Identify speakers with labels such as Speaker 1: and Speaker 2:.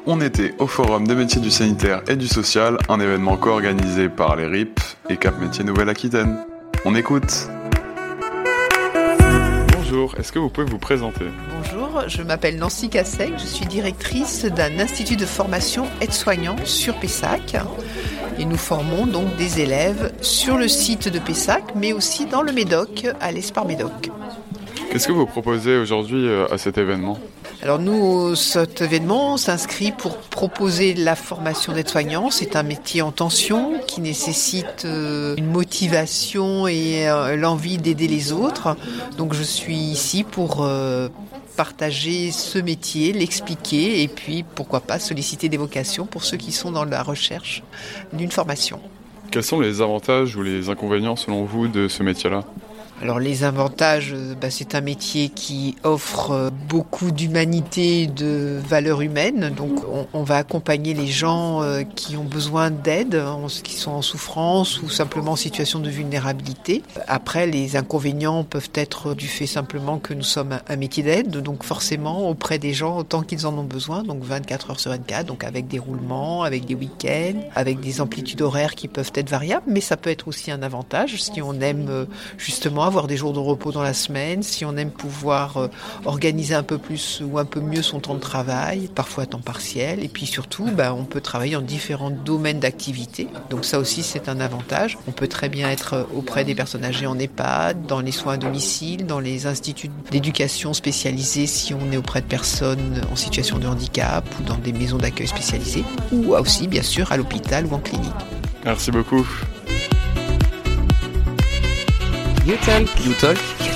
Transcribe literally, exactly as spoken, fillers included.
Speaker 1: on était au Forum des métiers du sanitaire et du social, un événement co-organisé par les R I P et Cap Métiers Nouvelle-Aquitaine. On écoute. Bonjour, est-ce que vous pouvez vous présenter ?
Speaker 2: Bonjour, je m'appelle Nancy Cassec, je suis directrice d'un institut de formation aide-soignant sur Pessac. Et nous formons donc des élèves sur le site de Pessac, mais aussi dans le Médoc, à l'Espar Médoc.
Speaker 1: Qu'est-ce que vous proposez aujourd'hui à cet événement ?
Speaker 2: Alors nous, cet événement s'inscrit pour proposer la formation d'aide-soignant. C'est un métier en tension qui nécessite une motivation et l'envie d'aider les autres. Donc je suis ici pour partager ce métier, l'expliquer et puis pourquoi pas solliciter des vocations pour ceux qui sont dans la recherche d'une formation.
Speaker 1: Quels sont les avantages ou les inconvénients selon vous de ce métier-là ?
Speaker 2: Alors les avantages, bah, c'est un métier qui offre beaucoup d'humanité, de valeurs humaines. Donc on, on va accompagner les gens euh, qui ont besoin d'aide, en, qui sont en souffrance ou simplement en situation de vulnérabilité. Après, les inconvénients peuvent être du fait simplement que nous sommes un, un métier d'aide, donc forcément auprès des gens autant qu'ils en ont besoin, donc vingt-quatre heures sur vingt-quatre, donc avec des roulements, avec des week-ends, avec des amplitudes horaires qui peuvent être variables, mais ça peut être aussi un avantage si on aime euh, justement avoir des jours de repos dans la semaine, si on aime pouvoir euh, organiser un peu plus ou un peu mieux son temps de travail, parfois à temps partiel, et puis surtout, bah, on peut travailler en différents domaines d'activité, donc ça aussi c'est un avantage. On peut très bien être auprès des personnes âgées en EHPAD, dans les soins à domicile, dans les instituts d'éducation spécialisés si on est auprès de personnes en situation de handicap ou dans des maisons d'accueil spécialisées, ou aussi bien sûr à l'hôpital ou en clinique.
Speaker 1: Merci beaucoup.
Speaker 3: You Talk. You Talk.